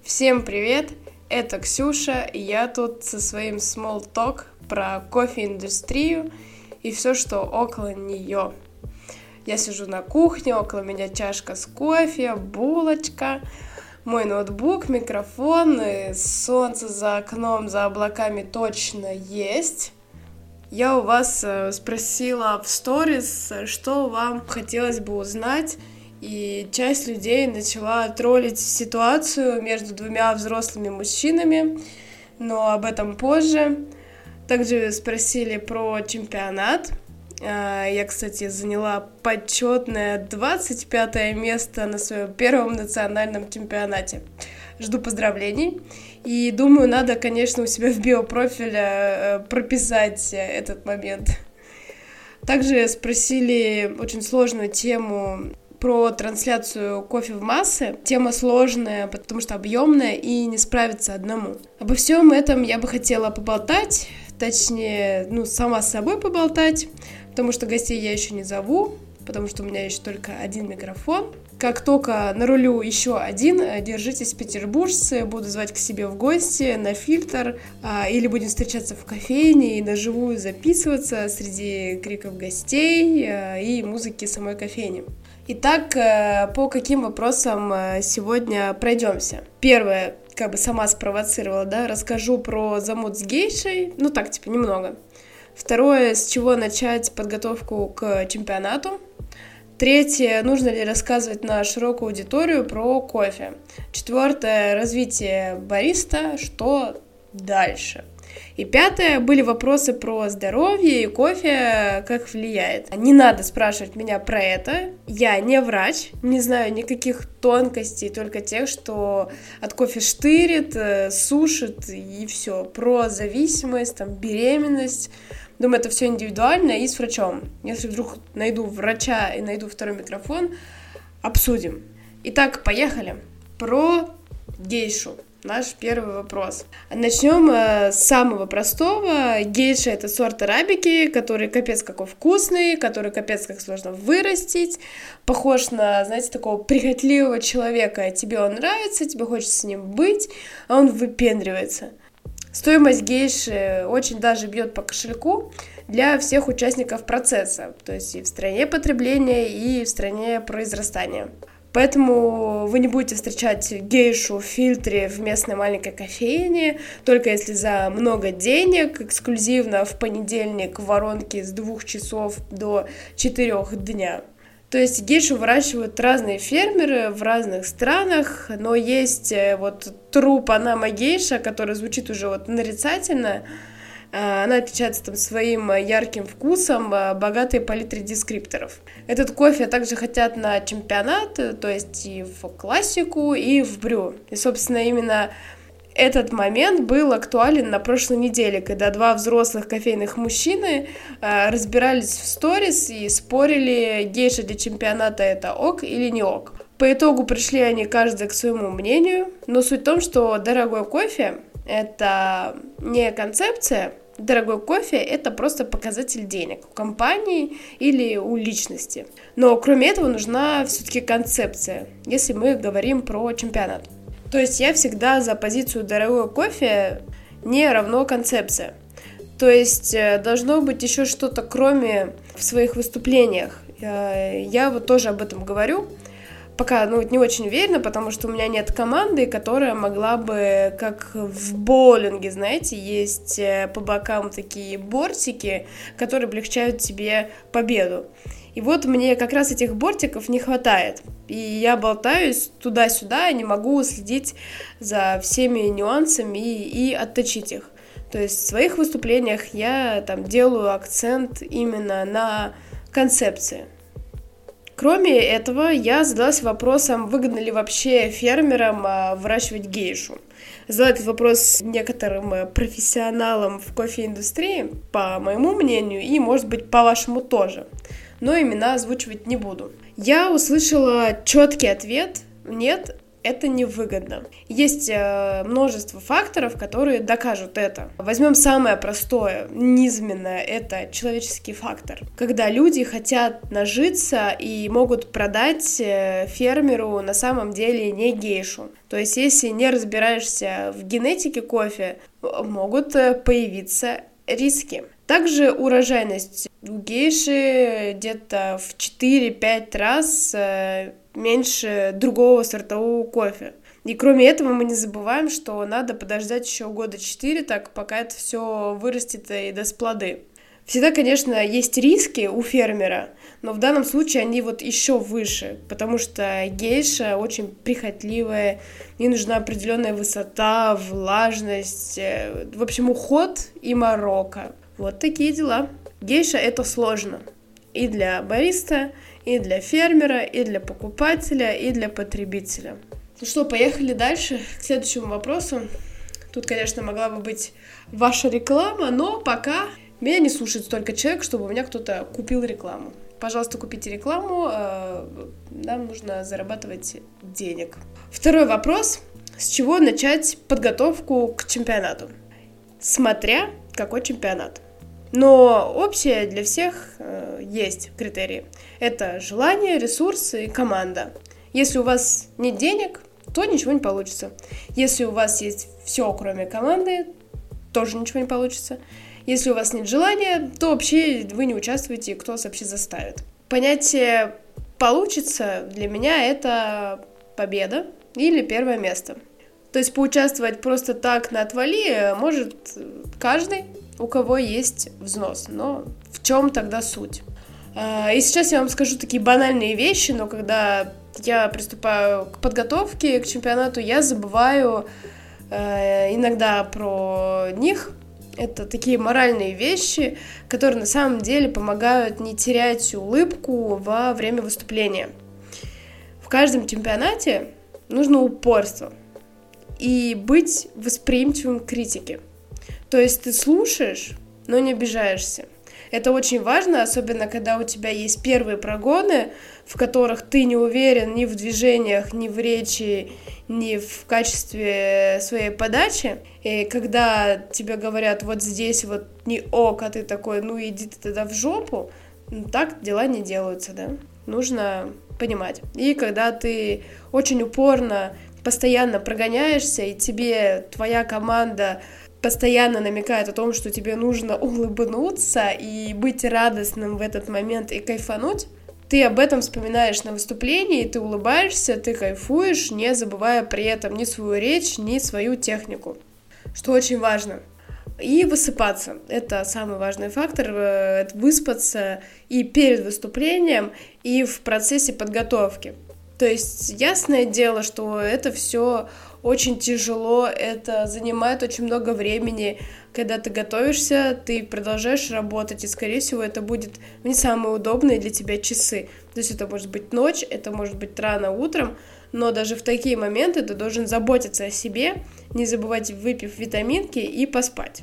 Всем привет, это Ксюша, и я тут со своим small talk про кофе-индустрию и все, что около нее. Я сижу на кухне, около меня чашка с кофе, булочка, мой ноутбук, микрофон, и солнце за окном, за облаками точно есть. Я у вас спросила в сторис, что вам хотелось бы узнать, и часть людей начала троллить ситуацию между двумя взрослыми мужчинами, но об этом позже. Также спросили про чемпионат. Я, кстати, заняла почетное 25 место на своем первом национальном чемпионате. Жду поздравлений. И думаю, надо, конечно, у себя в биопрофиле прописать этот момент. Также спросили очень сложную тему про трансляцию кофе в массы. Тема сложная, потому что объемная и не справиться одному. Обо всем этом я бы хотела поболтать, точнее, сама с собой поболтать, потому что гостей я еще не зову, потому что у меня есть только один микрофон. Как только нарулю еще один, держитесь, петербуржцы, буду звать к себе в гости на фильтр, или будем встречаться в кофейне и наживую записываться среди криков гостей и музыки самой кофейни. Итак, по каким вопросам сегодня пройдемся? Первое, сама спровоцировала, расскажу про замут с гейшей, немного. Второе, с чего начать подготовку к чемпионату. Третье, нужно ли рассказывать на широкую аудиторию про кофе. Четвертое, развитие бариста, что дальше. И пятое, были вопросы про здоровье и кофе, как влияет. Не надо спрашивать меня про это, я не врач, не знаю никаких тонкостей, только тех, что от кофе штырит, сушит и все. Про зависимость, беременность. Думаю, это все индивидуально и с врачом. Если вдруг найду врача и найду второй микрофон, обсудим. Итак, поехали. Про гейшу. Наш первый вопрос. Начнем с самого простого. Гейша — это сорт арабики, который капец какой вкусный, который капец как сложно вырастить. Похож на, такого прихотливого человека. Тебе он нравится, тебе хочется с ним быть, а он выпендривается. Стоимость гейши очень даже бьет по кошельку для всех участников процесса, то есть и в стране потребления, и в стране произрастания. Поэтому вы не будете встречать гейшу в фильтре в местной маленькой кофейне, только если за много денег, эксклюзивно в понедельник в воронке с 2 часов до 4 дня. То есть гейшу выращивают разные фермеры в разных странах, но есть тру Панама гейша, которая звучит уже нарицательно. Она отличается своим ярким вкусом, богатой палитрой дескрипторов. Этот кофе также хотят на чемпионат, то есть и в классику, и в брю. И, собственно, именно этот момент был актуален на прошлой неделе, когда два взрослых кофейных мужчины разбирались в сторис и спорили, гейша для чемпионата это ок или не ок. По итогу пришли они каждый к своему мнению, но суть в том, что дорогой кофе — это не концепция, дорогой кофе — это просто показатель денег у компании или у личности. Но кроме этого нужна все-таки концепция, если мы говорим про чемпионат. То есть я всегда за позицию дорогой кофе не равно концепция. То есть должно быть еще что-то кроме в своих выступлениях. Я тоже об этом говорю. Пока не очень уверена, потому что у меня нет команды, которая могла бы, как в боулинге, есть по бокам такие бортики, которые облегчают тебе победу. И мне как раз этих бортиков не хватает. И я болтаюсь туда-сюда, не могу следить за всеми нюансами и отточить их. То есть в своих выступлениях я делаю акцент именно на концепции. Кроме этого, я задалась вопросом, выгодно ли вообще фермерам выращивать гейшу. Задала этот вопрос некоторым профессионалам в кофеиндустрии, по моему мнению, и, может быть, по вашему тоже. Но имена озвучивать не буду. Я услышала четкий ответ: нет, это невыгодно. Есть множество факторов, которые докажут это. Возьмем самое простое, низменное, это человеческий фактор. Когда люди хотят нажиться и могут продать фермеру на самом деле не гейшу. То есть, если не разбираешься в генетике кофе, могут появиться риски. Также урожайность у гейши где-то в 4-5 раз меньше другого сортового кофе. И кроме этого мы не забываем, что надо подождать еще 4 года, так пока это все вырастет и даст плоды. Всегда, конечно, есть риски у фермера, но в данном случае они вот еще выше, потому что гейша очень прихотливая, ей нужна определенная высота, влажность, в общем, уход и морока. Вот такие дела. Гейша — это сложно. И для бариста, и для фермера, и для покупателя, и для потребителя. Ну что, поехали дальше к следующему вопросу. Тут, конечно, могла бы быть ваша реклама, но пока меня не слушает столько человек, чтобы у меня кто-то купил рекламу. Пожалуйста, купите рекламу, нам нужно зарабатывать денег. Второй вопрос. С чего начать подготовку к чемпионату? Смотря какой чемпионат. Но общее для всех есть критерии. Это желание, ресурсы и команда. Если у вас нет денег, то ничего не получится. Если у вас есть все, кроме команды, тоже ничего не получится. Если у вас нет желания, то вообще вы не участвуете, кто вас вообще заставит. Понятие «получится» для меня это победа или первое место. То есть поучаствовать просто так на отвали может каждый, у кого есть взнос. Но в чем тогда суть? И сейчас я вам скажу такие банальные вещи, но когда я приступаю к подготовке к чемпионату, я забываю иногда про них. Это такие моральные вещи, которые на самом деле помогают не терять улыбку во время выступления. В каждом чемпионате нужно упорство и быть восприимчивым к критике. То есть ты слушаешь, но не обижаешься. Это очень важно, особенно когда у тебя есть первые прогоны, в которых ты не уверен ни в движениях, ни в речи, ни в качестве своей подачи. И когда тебе говорят, вот здесь вот не ок, а ты такой, ну иди ты тогда в жопу, так дела не делаются, да? Нужно понимать. И когда ты очень упорно, постоянно прогоняешься, и тебе твоя команда постоянно намекает о том, что тебе нужно улыбнуться и быть радостным в этот момент и кайфануть, ты об этом вспоминаешь на выступлении, ты улыбаешься, ты кайфуешь, не забывая при этом ни свою речь, ни свою технику, что очень важно. И высыпаться. Это самый важный фактор, это выспаться и перед выступлением, и в процессе подготовки. То есть ясное дело, что это все очень тяжело, это занимает очень много времени. Когда ты готовишься, ты продолжаешь работать, и, скорее всего, это будет не самые удобные для тебя часы. То есть это может быть ночь, это может быть рано утром, но даже в такие моменты ты должен заботиться о себе, не забывать, выпив витаминки, и поспать.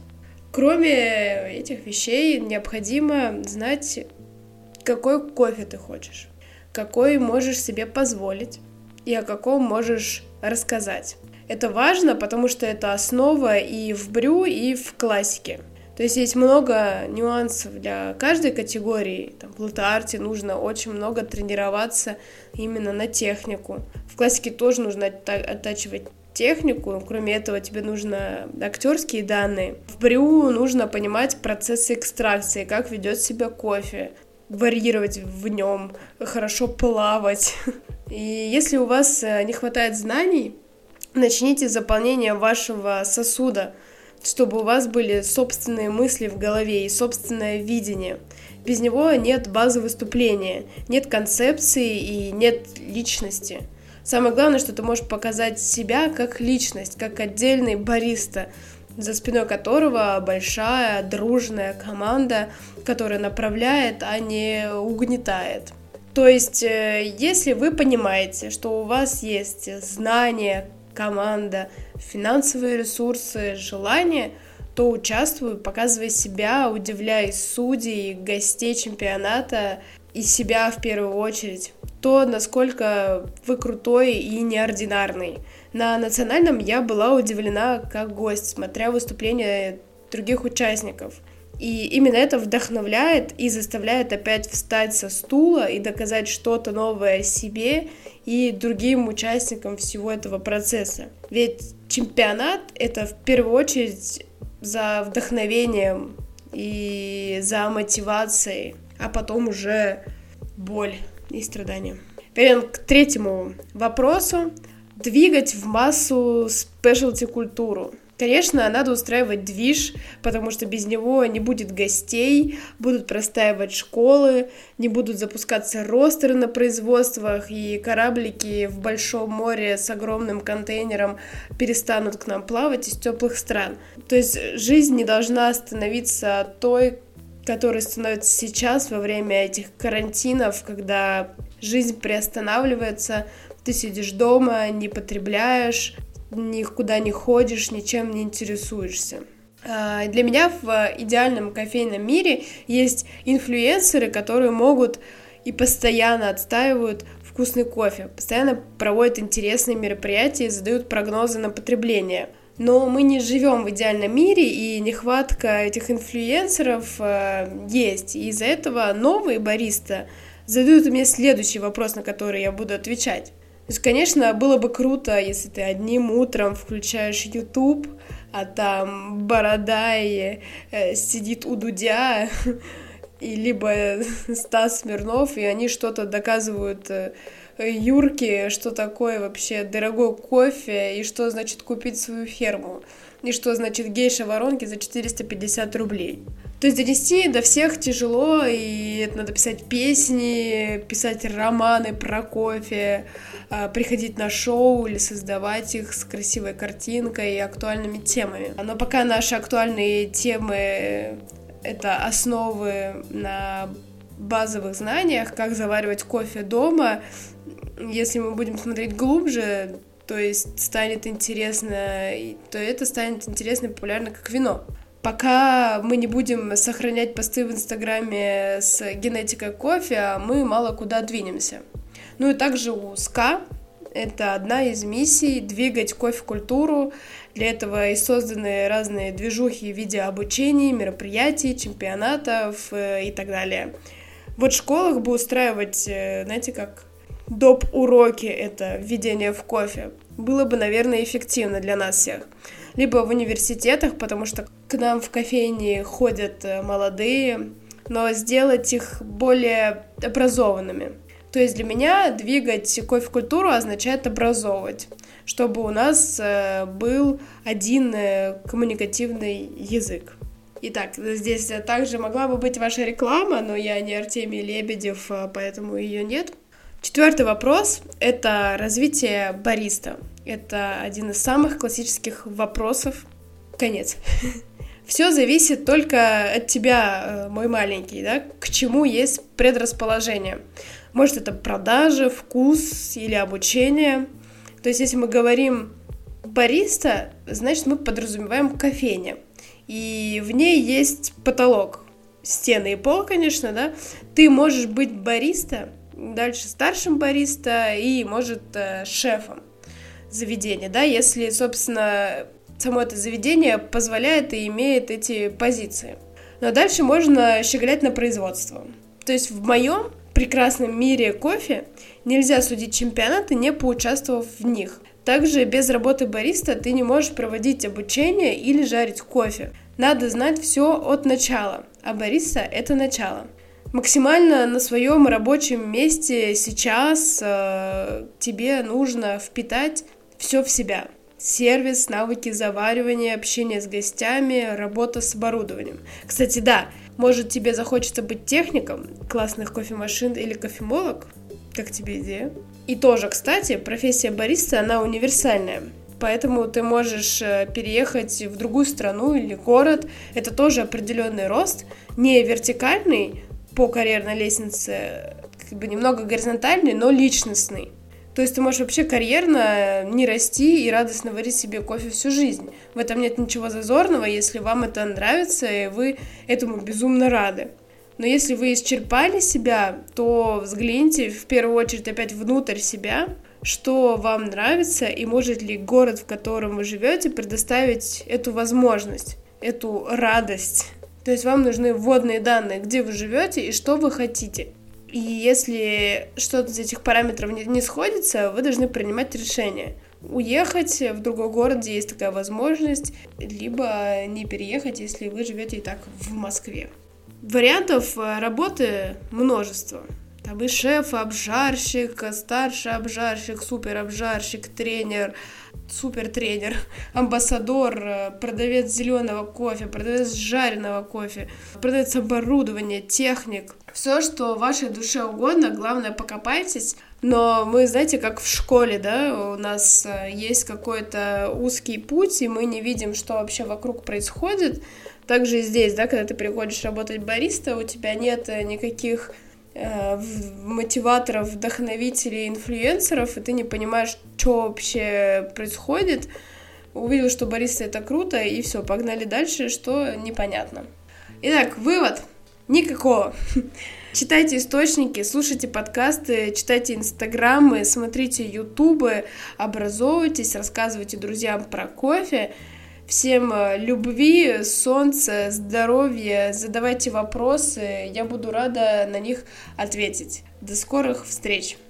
Кроме этих вещей, необходимо знать, какой кофе ты хочешь, какой можешь себе позволить и о каком можешь рассказать. Это важно, потому что это основа и в брю, и в классике. То есть есть много нюансов для каждой категории. Там, в латте-арте нужно очень много тренироваться именно на технику. В классике тоже нужно оттачивать технику. Кроме этого, тебе нужно актерские данные. В брю нужно понимать процесс экстракции, как ведет себя кофе, варьировать в нем, хорошо плавать. И если у вас не хватает знаний, начните с заполнения вашего сосуда, чтобы у вас были собственные мысли в голове и собственное видение. Без него нет базы выступления, нет концепции и нет личности. Самое главное, что ты можешь показать себя как личность, как отдельный бариста, за спиной которого большая дружная команда, которая направляет, а не угнетает. То есть, если вы понимаете, что у вас есть знания, команда, финансовые ресурсы, желание, то участвуй, показывай себя, удивляй судей, гостей чемпионата из себя в первую очередь, то, насколько вы крутой и неординарный. На национальном я была удивлена как гость, смотря выступления других участников. И именно это вдохновляет и заставляет опять встать со стула и доказать что-то новое себе и другим участникам всего этого процесса. Ведь чемпионат — это в первую очередь за вдохновением и за мотивацией, а потом уже боль и страдания. Перейдем к третьему вопросу. Двигать в массу спешлти-культуру. Конечно, надо устраивать движ, потому что без него не будет гостей, будут простаивать школы, не будут запускаться ростеры на производствах, и кораблики в большом море с огромным контейнером перестанут к нам плавать из теплых стран. То есть жизнь не должна становиться той, которая становится сейчас во время этих карантинов, когда жизнь приостанавливается, ты сидишь дома, не потребляешь, никуда не ходишь, ничем не интересуешься. Для меня в идеальном кофейном мире есть инфлюенсеры, которые могут и постоянно отстаивают вкусный кофе, постоянно проводят интересные мероприятия и задают прогнозы на потребление. Но мы не живем в идеальном мире, и нехватка этих инфлюенсеров есть. И из-за этого новые бариста задают мне следующий вопрос, на который я буду отвечать. То есть, конечно, было бы круто, если ты одним утром включаешь YouTube, а там Бородай сидит у Дудя, и либо Стас Смирнов, и они что-то доказывают Юрке, что такое вообще дорогой кофе, и что значит купить свою ферму, и что значит гейша воронки за 450 рублей. То есть донести до всех тяжело, и это надо писать песни, писать романы про кофе, приходить на шоу или создавать их с красивой картинкой и актуальными темами. Но пока наши актуальные темы — это основы на базовых знаниях, как заваривать кофе дома, если мы будем смотреть глубже, то есть станет интересно, то это станет интересно и популярно как вино. Пока мы не будем сохранять посты в Инстаграме с генетикой кофе, мы мало куда двинемся. Ну и также у СКА это одна из миссий — двигать кофе-культуру. Для этого и созданы разные движухи в виде обучений, мероприятий, чемпионатов и так далее. Вот в школах бы устраивать, знаете, как доп-уроки, это введение в кофе. Было бы, наверное, эффективно для нас всех. Либо в университетах, потому что к нам в кофейни ходят молодые, но сделать их более образованными. То есть для меня двигать кофе-культуру означает образовывать, чтобы у нас был один коммуникативный язык. Итак, здесь также могла бы быть ваша реклама, но я не Артемий Лебедев, поэтому ее нет. Четвертый вопрос — это развитие бариста. Это один из самых классических вопросов. Конец. Все зависит только от тебя, мой маленький, да, к чему есть предрасположение. Может, это продажи, вкус или обучение. То есть, если мы говорим бариста, значит, мы подразумеваем кофейня. И в ней есть потолок. Стены и пол, конечно, да. Ты можешь быть бариста, дальше старшим бариста и, может, шефом заведения, да, если, собственно, само это заведение позволяет и имеет эти позиции. Но дальше можно щеголять на производство. То есть в моем прекрасном мире кофе нельзя судить чемпионаты, не поучаствовав в них. Также без работы бариста ты не можешь проводить обучение или жарить кофе. Надо знать все от начала, а бариста — это начало. Максимально на своем рабочем месте сейчас тебе нужно впитать все в себя. Сервис, навыки заваривания, общение с гостями, работа с оборудованием. Кстати, да, может тебе захочется быть техником классных кофемашин или кофемолок? Как тебе идея? И тоже, кстати, профессия бариста, она универсальная. Поэтому ты можешь переехать в другую страну или город. Это тоже определенный рост, не вертикальный по карьерной лестнице, как бы немного горизонтальный, но личностный. То есть ты можешь вообще карьерно не расти и радостно варить себе кофе всю жизнь. В этом нет ничего зазорного, если вам это нравится, и вы этому безумно рады. Но если вы исчерпали себя, то взгляните в первую очередь опять внутрь себя, что вам нравится и может ли город, в котором вы живете, предоставить эту возможность, эту радость. То есть вам нужны вводные данные, где вы живете и что вы хотите. И если что-то из этих параметров не сходится, вы должны принимать решение. Уехать в другой город, где есть такая возможность, либо не переехать, если вы живете и так в Москве. Вариантов работы множество. Там и шеф, обжарщик, старший обжарщик, супер обжарщик, тренер, супер тренер, амбассадор, продавец зеленого кофе, продавец жареного кофе, продавец оборудования, техник. Все, что вашей душе угодно, главное, покопайтесь. Но мы, знаете, как в школе, да, у нас есть какой-то узкий путь, и мы не видим, что вообще вокруг происходит. Также и здесь, да, когда ты приходишь работать бариста, у тебя нет никаких мотиваторов, вдохновителей, инфлюенсеров, и ты не понимаешь, что вообще происходит. Увидел, что бариста это круто, и все, погнали дальше, что непонятно. Итак, вывод никакого. Читайте источники, слушайте подкасты, читайте инстаграмы, смотрите ютубы, образовывайтесь, рассказывайте друзьям про кофе. Всем любви, солнца, здоровья, задавайте вопросы, я буду рада на них ответить. До скорых встреч!